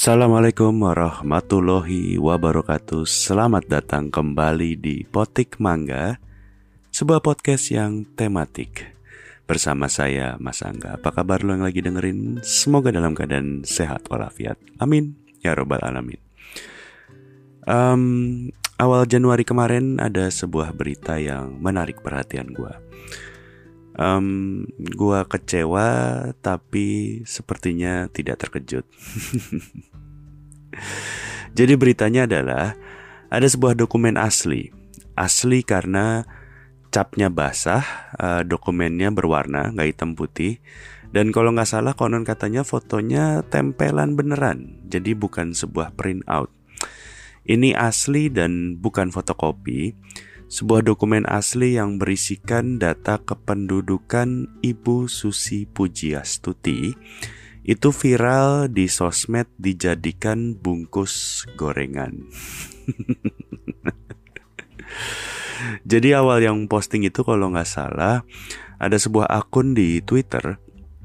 Assalamualaikum warahmatullahi wabarakatuh. Selamat datang kembali di Potik Mangga, sebuah podcast yang tematik. Bersama saya Mas Angga. Apa kabar lo yang lagi dengerin? Semoga dalam keadaan sehat walafiat. Amin ya robbal alamin. Awal Januari kemarin ada sebuah berita yang menarik perhatian gue. Gua kecewa tapi sepertinya tidak terkejut. Jadi beritanya adalah ada sebuah dokumen asli karena capnya basah, dokumennya berwarna, gak hitam putih. Dan kalau gak salah konon katanya fotonya tempelan beneran, jadi bukan sebuah print out. Ini asli dan bukan fotokopi. Sebuah dokumen asli yang berisikan data kependudukan Ibu Susi Pujiastuti itu viral di sosmed dijadikan bungkus gorengan. Jadi awal yang posting itu kalau nggak salah ada sebuah akun di Twitter,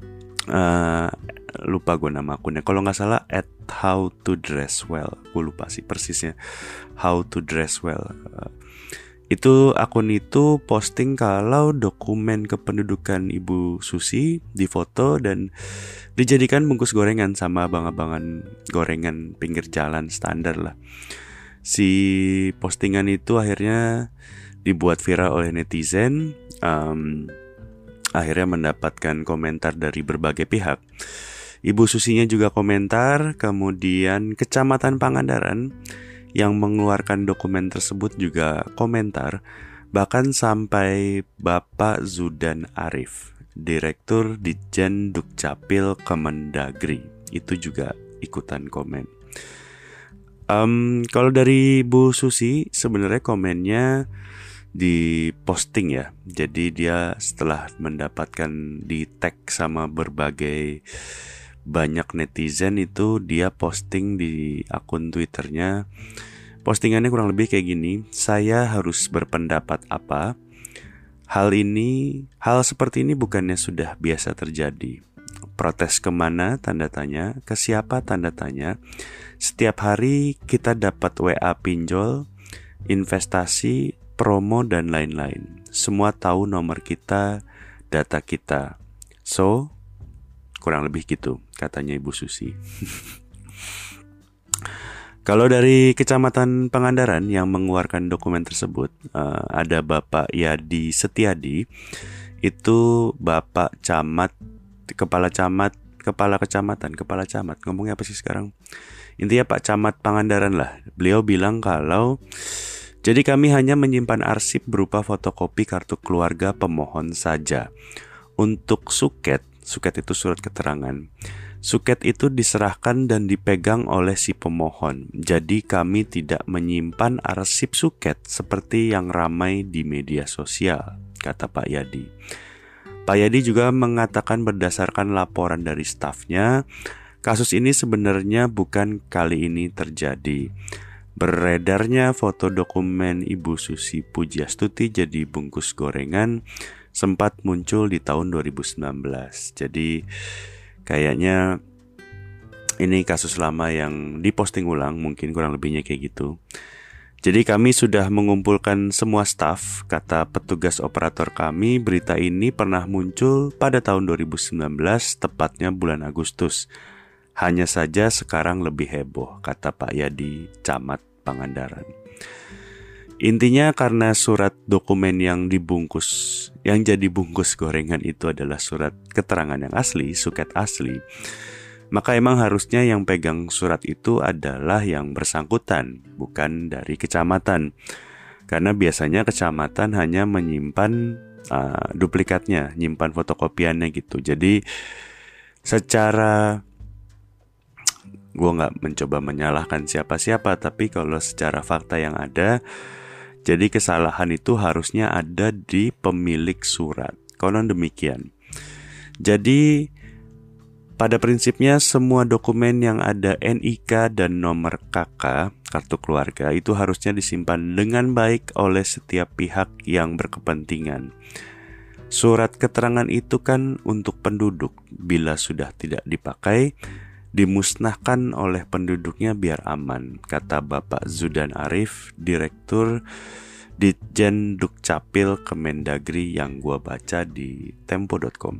lupa gue nama akunnya. Kalau nggak salah @howtodresswell, gue lupa sih persisnya. How to dress well. Itu akun itu posting kalau dokumen kependudukan Ibu Susi difoto dan dijadikan bungkus gorengan sama abang-abangan gorengan pinggir jalan standar lah. Si postingan itu akhirnya dibuat viral oleh netizen, akhirnya mendapatkan komentar dari berbagai pihak. Ibu Susinya juga komentar, kemudian Kecamatan Pangandaran yang mengeluarkan dokumen tersebut juga komentar, bahkan sampai Bapak Zudan Arif, Direktur Ditjen Dukcapil Kemendagri, itu juga ikutan komen. Kalau dari Bu Susi sebenarnya komennya di posting ya, jadi dia setelah mendapatkan di tag sama berbagai banyak netizen itu dia posting di akun Twitternya. Postingannya kurang lebih kayak gini: saya harus berpendapat apa? Hal seperti ini bukannya sudah biasa terjadi. Protes kemana? Tanda tanya. Ke siapa? Tanda tanya. Setiap hari kita dapat WA pinjol, investasi, promo dan lain-lain. Semua tahu nomor kita, data kita. So, kurang lebih gitu katanya Ibu Susi. Kalau dari Kecamatan Pangandaran yang mengeluarkan dokumen tersebut, ada Bapak Yadi Setiadi. Itu Bapak Camat, Kepala Kecamatan, ngomongnya apa sih sekarang? Intinya Pak Camat Pangandaran lah. Beliau bilang kalau jadi kami hanya menyimpan arsip berupa fotokopi kartu keluarga pemohon saja. Untuk suket itu surat keterangan. Suket itu diserahkan dan dipegang oleh si pemohon. Jadi kami tidak menyimpan arsip suket seperti yang ramai di media sosial, kata Pak Yadi. Pak Yadi juga mengatakan berdasarkan laporan dari stafnya, kasus ini sebenarnya bukan kali ini terjadi. Beredarnya foto dokumen Ibu Susi Pujiastuti jadi bungkus gorengan sempat muncul di tahun 2019. Jadi kayaknya ini kasus lama yang diposting ulang, mungkin kurang lebihnya kayak gitu. Jadi kami sudah mengumpulkan semua staf, kata petugas operator kami. Berita ini pernah muncul pada tahun 2019, tepatnya bulan Agustus. Hanya saja sekarang lebih heboh, kata Pak Yadi, Camat Pangandaran. Intinya karena surat dokumen yang jadi bungkus gorengan itu adalah surat keterangan yang asli, suket asli, maka emang harusnya yang pegang surat itu adalah yang bersangkutan, bukan dari kecamatan. Karena biasanya kecamatan hanya menyimpan duplikatnya, nyimpan fotokopiannya gitu. Jadi secara, gue gak mencoba menyalahkan siapa-siapa, tapi kalau secara fakta yang ada, jadi kesalahan itu harusnya ada di pemilik surat. Konon demikian. Jadi pada prinsipnya semua dokumen yang ada NIK dan nomor KK, kartu keluarga, itu harusnya disimpan dengan baik oleh setiap pihak yang berkepentingan. Surat keterangan itu kan untuk penduduk. Bila sudah tidak dipakai, dimusnahkan oleh penduduknya biar aman, kata Bapak Zudan Arif, Direktur Ditjen Dukcapil Kemendagri yang gua baca di tempo.com.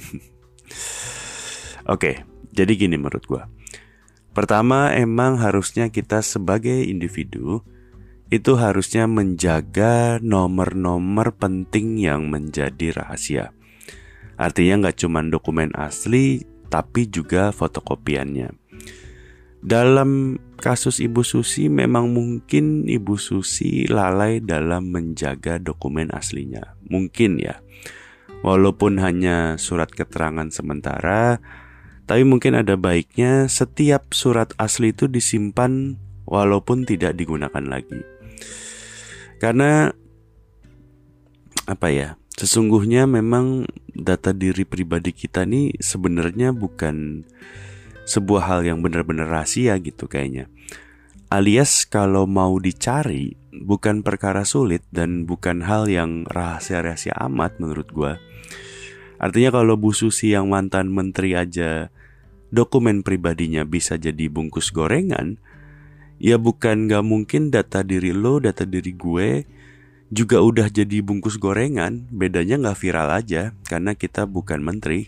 Oke, jadi gini menurut gua. Pertama, emang harusnya kita sebagai individu itu harusnya menjaga nomor-nomor penting yang menjadi rahasia. Artinya nggak cuma dokumen asli, tapi juga fotokopiannya. Dalam kasus Ibu Susi, memang mungkin Ibu Susi lalai dalam menjaga dokumen aslinya. Mungkin ya, walaupun hanya surat keterangan sementara, tapi mungkin ada baiknya setiap surat asli itu disimpan walaupun tidak digunakan lagi. Karena sesungguhnya memang data diri pribadi kita nih sebenarnya bukan sebuah hal yang benar-benar rahasia gitu kayaknya. Alias kalau mau dicari bukan perkara sulit dan bukan hal yang rahasia-rahasia amat menurut gua. Artinya kalau Bu Susi yang mantan menteri aja dokumen pribadinya bisa jadi bungkus gorengan, ya bukan gak mungkin data diri lo, data diri gue juga udah jadi bungkus gorengan. Bedanya gak viral aja karena kita bukan menteri.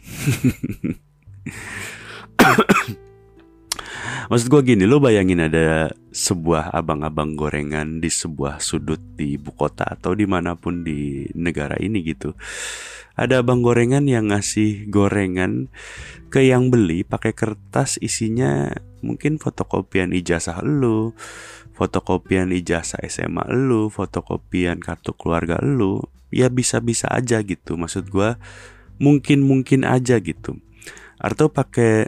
Maksud gue gini, lo bayangin ada sebuah abang-abang gorengan di sebuah sudut di ibu kota atau dimanapun di negara ini gitu. Ada abang gorengan yang ngasih gorengan ke yang beli pakai kertas isinya mungkin fotokopian ijazah lo, fotokopian ijazah SMA lo, fotokopian kartu keluarga lo. Ya bisa-bisa aja gitu. Maksud gue mungkin aja gitu. Atau pakai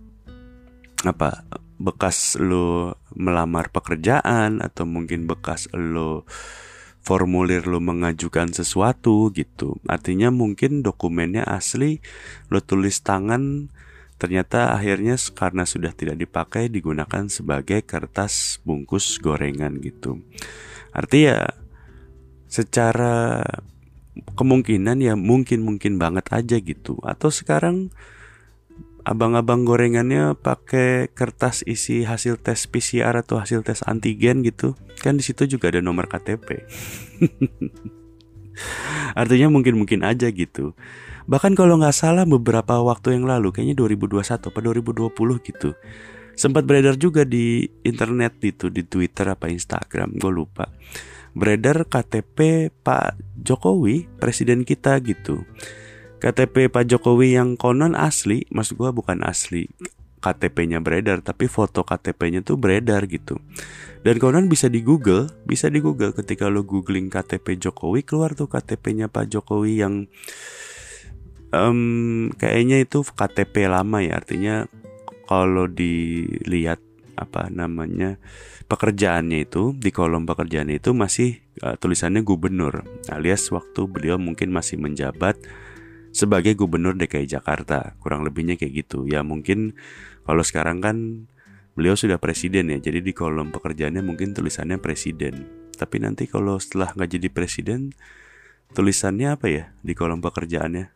bekas lo melamar pekerjaan, atau mungkin bekas lo formulir lo mengajukan sesuatu gitu. Artinya mungkin dokumennya asli, lo tulis tangan, ternyata akhirnya karena sudah tidak dipakai digunakan sebagai kertas bungkus gorengan gitu. Artinya secara kemungkinan ya mungkin banget aja gitu. Atau sekarang abang-abang gorengannya pakai kertas isi hasil tes PCR atau hasil tes antigen gitu. Kan di situ juga ada nomor KTP. Artinya mungkin aja gitu. Bahkan kalau nggak salah beberapa waktu yang lalu, kayaknya 2021 atau 2020 gitu, sempat beredar juga di internet gitu, di Twitter apa Instagram, gue lupa. Beredar KTP Pak Jokowi, presiden kita gitu. KTP Pak Jokowi yang konon asli, maksud gue bukan asli KTP-nya beredar, tapi foto KTP-nya tuh beredar gitu. Dan konon bisa di Google ketika lo googling KTP Jokowi, keluar tuh KTP-nya Pak Jokowi yang kayaknya itu KTP lama ya. Artinya kalau dilihat pekerjaannya itu, di kolom pekerjaannya itu masih tulisannya gubernur, alias waktu beliau mungkin masih menjabat sebagai gubernur DKI Jakarta, kurang lebihnya kayak gitu. Ya mungkin kalau sekarang kan beliau sudah presiden ya, jadi di kolom pekerjaannya mungkin tulisannya presiden. Tapi nanti kalau setelah nggak jadi presiden, tulisannya apa ya di kolom pekerjaannya?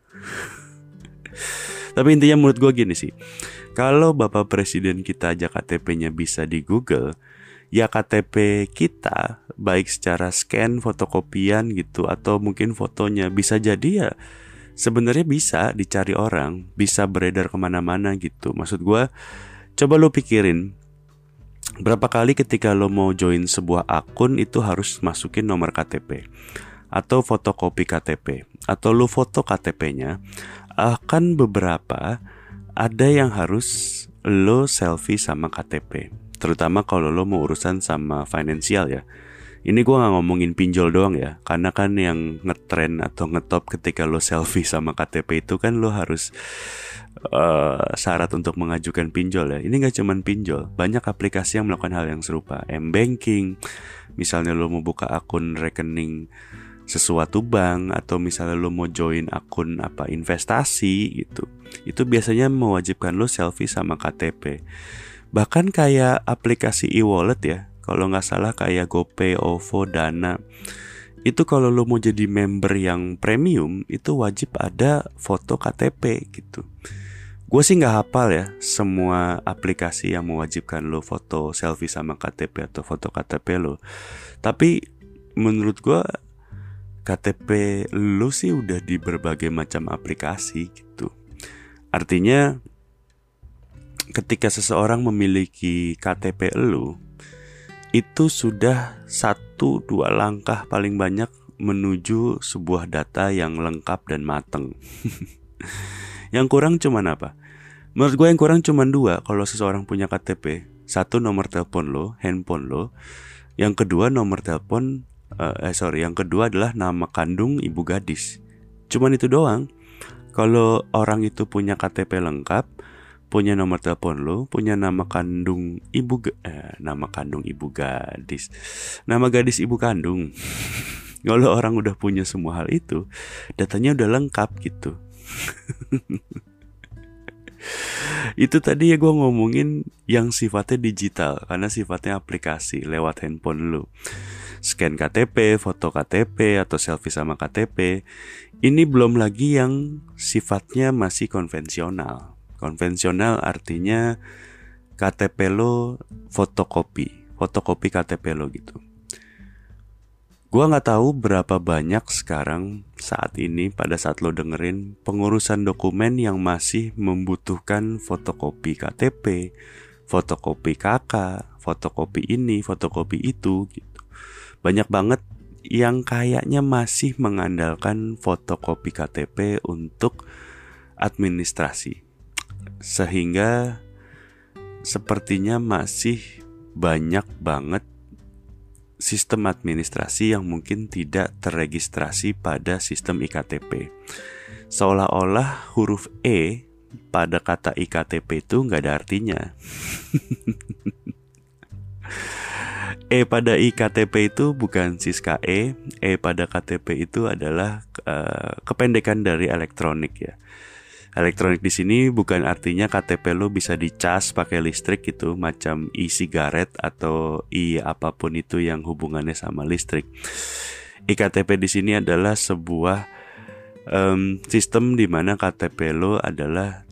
Tapi intinya menurut gue gini sih, kalau Bapak Presiden kita aja KTP-nya bisa di Google, ya KTP kita baik secara scan, fotokopian gitu, atau mungkin fotonya bisa jadi ya sebenarnya bisa dicari orang, bisa beredar kemana-mana gitu. Maksud gue, coba lo pikirin, berapa kali ketika lo mau join sebuah akun itu harus masukin nomor KTP atau fotokopi KTP, atau lo foto KTP-nya. Akan beberapa ada yang harus lo selfie sama KTP, terutama kalau lo mau urusan sama finansial ya. Ini gue gak ngomongin pinjol doang ya, karena kan yang ngetren atau ngetop ketika lo selfie sama KTP itu kan lo harus syarat untuk mengajukan pinjol ya. Ini gak cuman pinjol, banyak aplikasi yang melakukan hal yang serupa. M-Banking, misalnya lo mau buka akun rekening sesuatu bank, atau misalnya lo mau join akun investasi gitu, itu biasanya mewajibkan lo selfie sama KTP. Bahkan kayak aplikasi e-wallet ya, kalau nggak salah kayak GoPay, OVO, Dana, itu kalau lo mau jadi member yang premium itu wajib ada foto KTP gitu. Gue sih nggak hafal ya semua aplikasi yang mewajibkan lo foto selfie sama KTP atau foto KTP lo. Tapi menurut gue KTP lo sih udah di berbagai macam aplikasi gitu. Artinya ketika seseorang memiliki KTP lo, itu sudah 1-2 langkah paling banyak menuju sebuah data yang lengkap dan mateng. Yang kurang cuman apa? Menurut gue yang kurang cuman 2 kalau seseorang punya KTP. 1, nomor telepon lo, handphone lo. Yang kedua yang kedua adalah nama kandung ibu gadis. Cuman itu doang. Kalau orang itu punya KTP lengkap, punya nomor telepon lo, punya nama kandung ibu gadis, nama gadis ibu kandung. Kalau orang udah punya semua hal itu, datanya udah lengkap gitu. Itu tadi ya gue ngomongin yang sifatnya digital, karena sifatnya aplikasi lewat handphone lu. Scan KTP, foto KTP, atau selfie sama KTP. Ini belum lagi yang sifatnya masih konvensional. Konvensional artinya KTP lo fotokopi KTP lo gitu. Gua nggak tahu berapa banyak sekarang saat ini pada saat lo dengerin pengurusan dokumen yang masih membutuhkan fotokopi KTP, fotokopi KK, fotokopi ini, fotokopi itu gitu. Banyak banget yang kayaknya masih mengandalkan fotokopi KTP untuk administrasi. Sehingga sepertinya masih banyak banget sistem administrasi yang mungkin tidak terregistrasi pada sistem iktp. Seolah-olah huruf E pada kata iktp itu nggak ada artinya. E pada iktp itu bukan Siska E pada KTP itu adalah kependekan dari elektronik ya. Elektronik di sini bukan artinya KTP lo bisa dicas pakai listrik gitu, macam e-sigaret atau apapun itu yang hubungannya sama listrik. iktp di sini adalah sebuah sistem di mana KTP lo adalah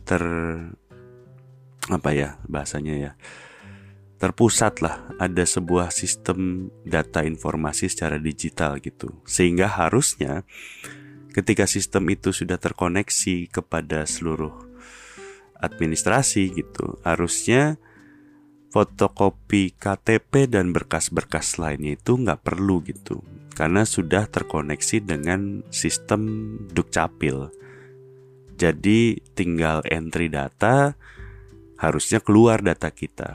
terpusat lah, ada sebuah sistem data informasi secara digital gitu. Sehingga harusnya ketika sistem itu sudah terkoneksi kepada seluruh administrasi gitu, harusnya fotokopi KTP dan berkas-berkas lainnya itu nggak perlu gitu, karena sudah terkoneksi dengan sistem Dukcapil. Jadi tinggal entry data, harusnya keluar data kita.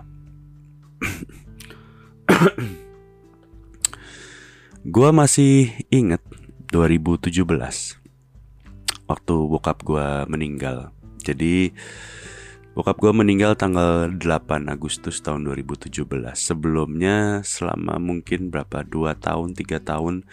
Gua masih inget 2017 waktu bokap gue meninggal. Jadi bokap gue meninggal tanggal 8 Agustus tahun 2017. Sebelumnya selama mungkin 2 tahun 3 tahun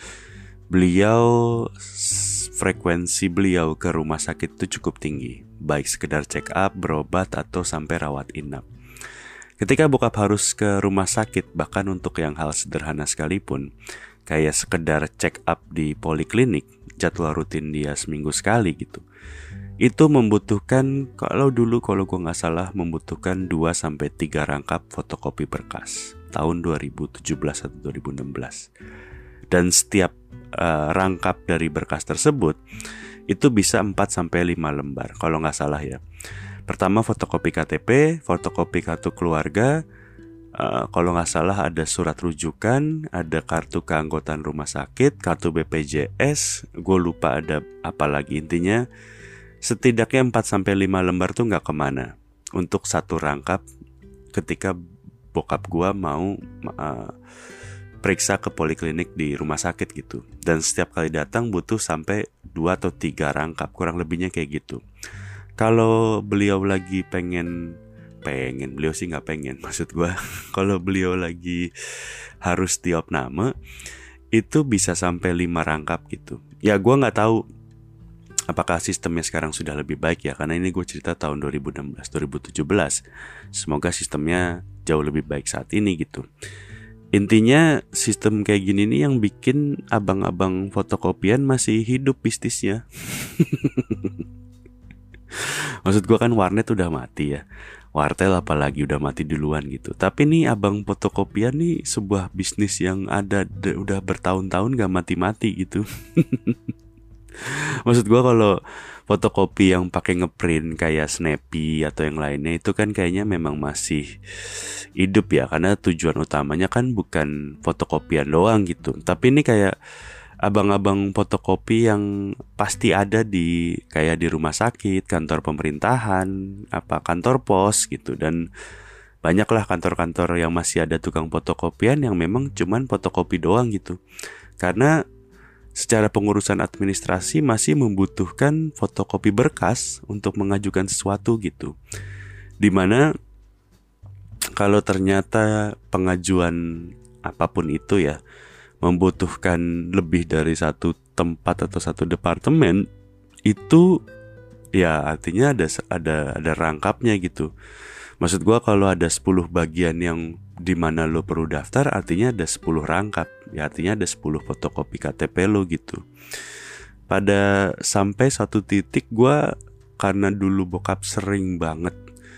frekuensi beliau ke rumah sakit itu cukup tinggi, baik sekedar check up, berobat, atau sampai rawat inap. Ketika bokap harus ke rumah sakit, bahkan untuk yang hal sederhana sekalipun, kayak sekedar check up di poliklinik, jadwal rutin dia seminggu sekali gitu, itu membutuhkan, kalau gue gak salah, membutuhkan 2-3 rangkap fotokopi berkas tahun 2017 atau 2016. Dan setiap rangkap dari berkas tersebut itu bisa 4-5 lembar kalau gak salah ya. Pertama fotokopi KTP, fotokopi kartu keluarga, kalau nggak salah ada surat rujukan, ada kartu keanggotaan rumah sakit, kartu BPJS, gue lupa ada apa lagi. Intinya setidaknya 4-5 lembar tuh nggak kemana untuk satu rangkap ketika bokap gue mau periksa ke poliklinik di rumah sakit gitu. Dan setiap kali datang butuh sampai 2 atau 3 rangkap, kurang lebihnya kayak gitu. Kalau beliau lagi pengen, beliau sih nggak pengen, maksud gue kalau beliau lagi harus diopname itu bisa sampai 5 rangkap gitu. Ya gue nggak tahu apakah sistemnya sekarang sudah lebih baik ya, karena ini gue cerita tahun 2016-2017. Semoga sistemnya jauh lebih baik saat ini gitu. Intinya sistem kayak gini nih yang bikin abang-abang fotokopian masih hidup bisnisnya. Maksud gua kan warnet udah mati ya. Wartel apalagi udah mati duluan gitu. Tapi nih abang fotokopian nih sebuah bisnis yang ada udah bertahun-tahun gak mati-mati gitu. Maksud gua kalau fotokopi yang pakai ngeprint kayak Snappy atau yang lainnya itu kan kayaknya memang masih hidup ya, karena tujuan utamanya kan bukan fotokopian doang gitu. Tapi ini kayak abang-abang fotokopi yang pasti ada di kayak di rumah sakit, kantor pemerintahan, apa kantor pos gitu, dan banyaklah kantor-kantor yang masih ada tukang fotokopian yang memang cuman fotokopi doang gitu. Karena secara pengurusan administrasi masih membutuhkan fotokopi berkas untuk mengajukan sesuatu gitu. Dimana kalau ternyata pengajuan apapun itu ya membutuhkan lebih dari satu tempat atau satu departemen, itu ya artinya ada rangkapnya gitu. Maksud gua kalau ada 10 bagian yang dimana lo perlu daftar, artinya ada 10 rangkap. Ya artinya ada 10 fotokopi KTP lo gitu. Pada sampai satu titik gua, karena dulu bokap sering banget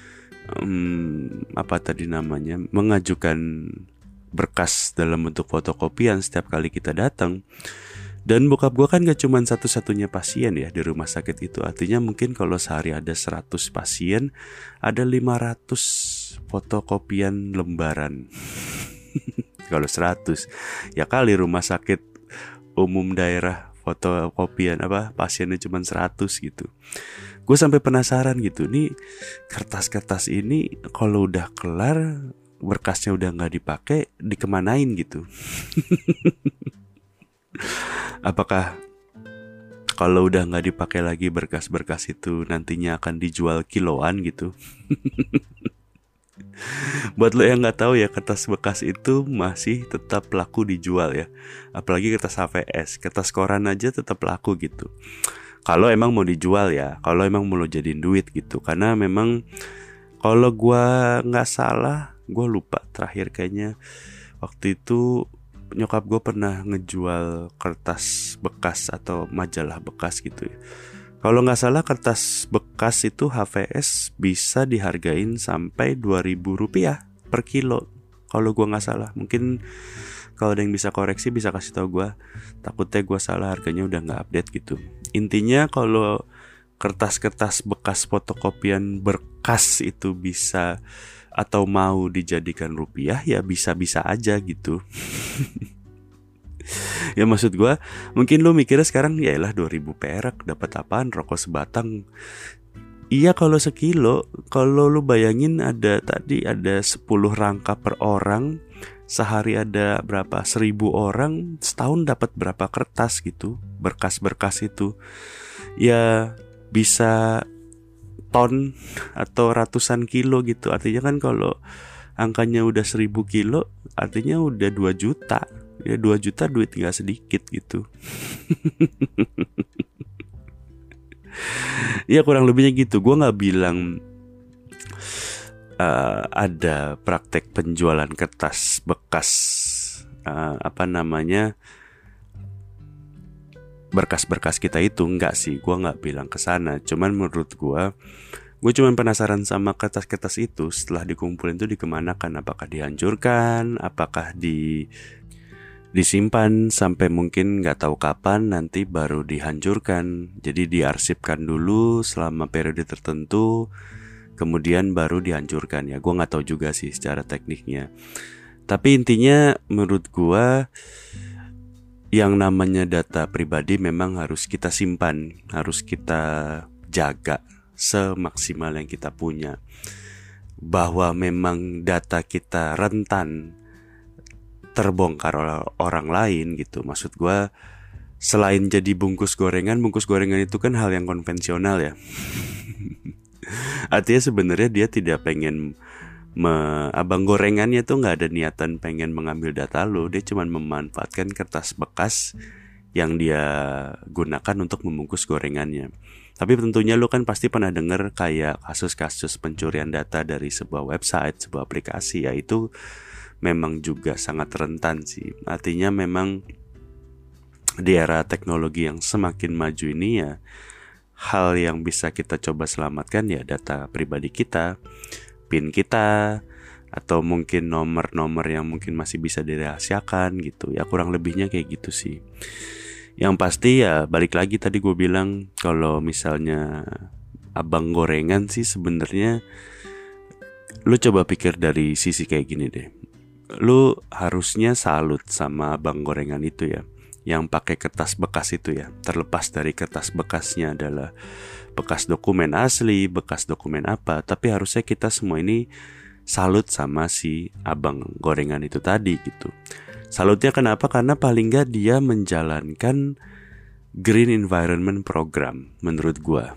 apa tadi namanya, mengajukan berkas dalam bentuk fotokopian setiap kali kita datang. Dan bokap gue kan gak cuma satu-satunya pasien ya di rumah sakit itu. Artinya mungkin kalau sehari ada 100 pasien, ada 500 fotokopian lembaran. Kalau 100, ya kali rumah sakit umum daerah fotokopian apa pasiennya cuma 100 gitu. Gue sampai penasaran gitu, nih kertas-kertas ini kalau udah kelar, berkasnya udah gak dipakai, dikemanain gitu. Apakah kalau udah nggak dipakai lagi berkas-berkas itu nantinya akan dijual kiloan gitu? Buat lo yang nggak tahu ya, kertas bekas itu masih tetap laku dijual ya. Apalagi kertas HVS, kertas koran aja tetap laku gitu. Kalau emang mau dijual ya, kalau emang mau lo jadiin duit gitu. Karena memang kalau gua nggak salah, gua lupa terakhir kayaknya waktu itu nyokap gue pernah ngejual kertas bekas atau majalah bekas gitu ya. Kalau nggak salah kertas bekas itu HVS bisa dihargain sampai 2.000 rupiah per kilo. Kalau gue nggak salah, mungkin kalau ada yang bisa koreksi bisa kasih tahu gue. Takutnya gue salah, harganya udah nggak update gitu. Intinya kalau kertas-kertas bekas fotokopian berkas itu bisa atau mau dijadikan rupiah, ya bisa-bisa aja gitu. Ya maksud gue, mungkin lo mikirnya sekarang ya elah 2.000 perak dapat apaan, rokok sebatang. Iya kalau sekilo. Kalau lo bayangin ada 10 rangka per orang, sehari ada berapa, 1.000 orang, setahun dapat berapa kertas gitu, berkas-berkas itu. Ya bisa ton atau ratusan kilo gitu. Artinya kan kalau angkanya udah 1.000 kilo, artinya udah 2 juta. Ya 2 juta duit gak sedikit gitu. Ya kurang lebihnya gitu. Gue gak bilang ada praktek penjualan kertas bekas berkas-berkas kita itu, enggak sih, gue nggak bilang kesana. Cuman menurut gue cuman penasaran sama kertas-kertas itu setelah dikumpulin tuh dikemanakan. Apakah dihancurkan, apakah disimpan sampai mungkin nggak tahu kapan nanti baru dihancurkan. Jadi diarsipkan dulu selama periode tertentu, kemudian baru dihancurkan. Ya gue nggak tahu juga sih secara tekniknya. Tapi intinya menurut gue, yang namanya data pribadi memang harus kita simpan, harus kita jaga semaksimal yang kita punya. Bahwa memang data kita rentan terbongkar oleh orang lain gitu. Maksud gue, selain jadi bungkus gorengan itu kan hal yang konvensional ya. Artinya sebenarnya dia tidak pengen abang gorengannya tuh nggak ada niatan pengen mengambil data lo. Dia cuma memanfaatkan kertas bekas yang dia gunakan untuk membungkus gorengannya. Tapi tentunya lo kan pasti pernah dengar kayak kasus-kasus pencurian data dari sebuah website, sebuah aplikasi. Ya itu memang juga sangat rentan sih. Artinya memang di era teknologi yang semakin maju ini ya, hal yang bisa kita coba selamatkan ya data pribadi kita, PIN kita, atau mungkin nomor-nomor yang mungkin masih bisa dirahasiakan gitu. Ya kurang lebihnya kayak gitu sih. Yang pasti ya balik lagi tadi gue bilang, kalau misalnya abang gorengan sih sebenarnya lu coba pikir dari sisi kayak gini deh. Lu harusnya salut sama abang gorengan itu ya, yang pakai kertas bekas itu ya. Terlepas dari kertas bekasnya adalah bekas dokumen asli, bekas dokumen apa, tapi harusnya kita semua ini salut sama si abang gorengan itu tadi gitu. Salutnya kenapa? Karena paling gak dia menjalankan Green Environment Program menurut gua.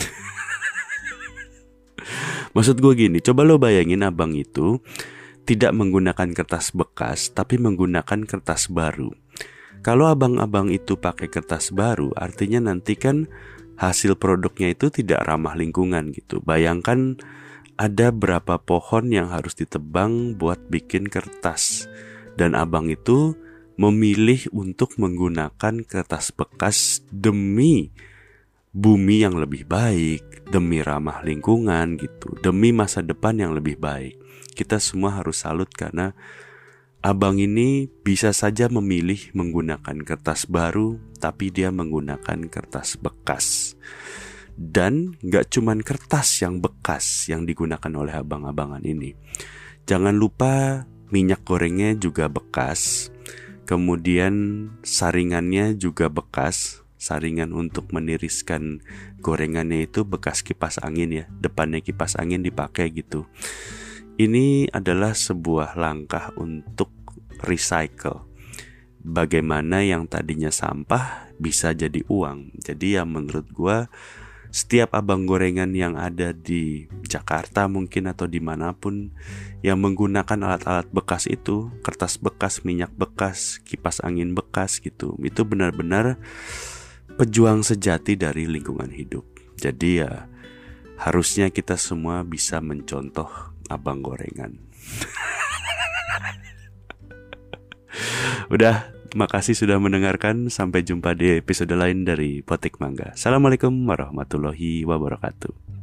Maksud gue gini, coba lo bayangin abang itu tidak menggunakan kertas bekas, tapi menggunakan kertas baru. Kalau abang-abang itu pakai kertas baru, artinya nanti kan hasil produknya itu tidak ramah lingkungan gitu. Bayangkan ada berapa pohon yang harus ditebang buat bikin kertas. Dan abang itu memilih untuk menggunakan kertas bekas demi bumi yang lebih baik, demi ramah lingkungan gitu, demi masa depan yang lebih baik. Kita semua harus salut karena abang ini bisa saja memilih menggunakan kertas baru, tapi dia menggunakan kertas bekas. Dan gak cuman kertas yang bekas yang digunakan oleh abang-abangan ini. Jangan lupa minyak gorengnya juga bekas, kemudian saringannya juga bekas. Saringan untuk meniriskan gorengannya itu bekas kipas angin ya, depannya kipas angin dipakai gitu. Ini adalah sebuah langkah untuk recycle. Bagaimana yang tadinya sampah bisa jadi uang. Jadi ya menurut gua setiap abang gorengan yang ada di Jakarta mungkin atau dimanapun yang menggunakan alat-alat bekas itu, kertas bekas, minyak bekas, kipas angin bekas gitu, itu benar-benar pejuang sejati dari lingkungan hidup. Jadi ya harusnya kita semua bisa mencontoh abang gorengan. Udah, makasih sudah mendengarkan. Sampai jumpa di episode lain dari Potik Mangga. Assalamualaikum warahmatullahi wabarakatuh.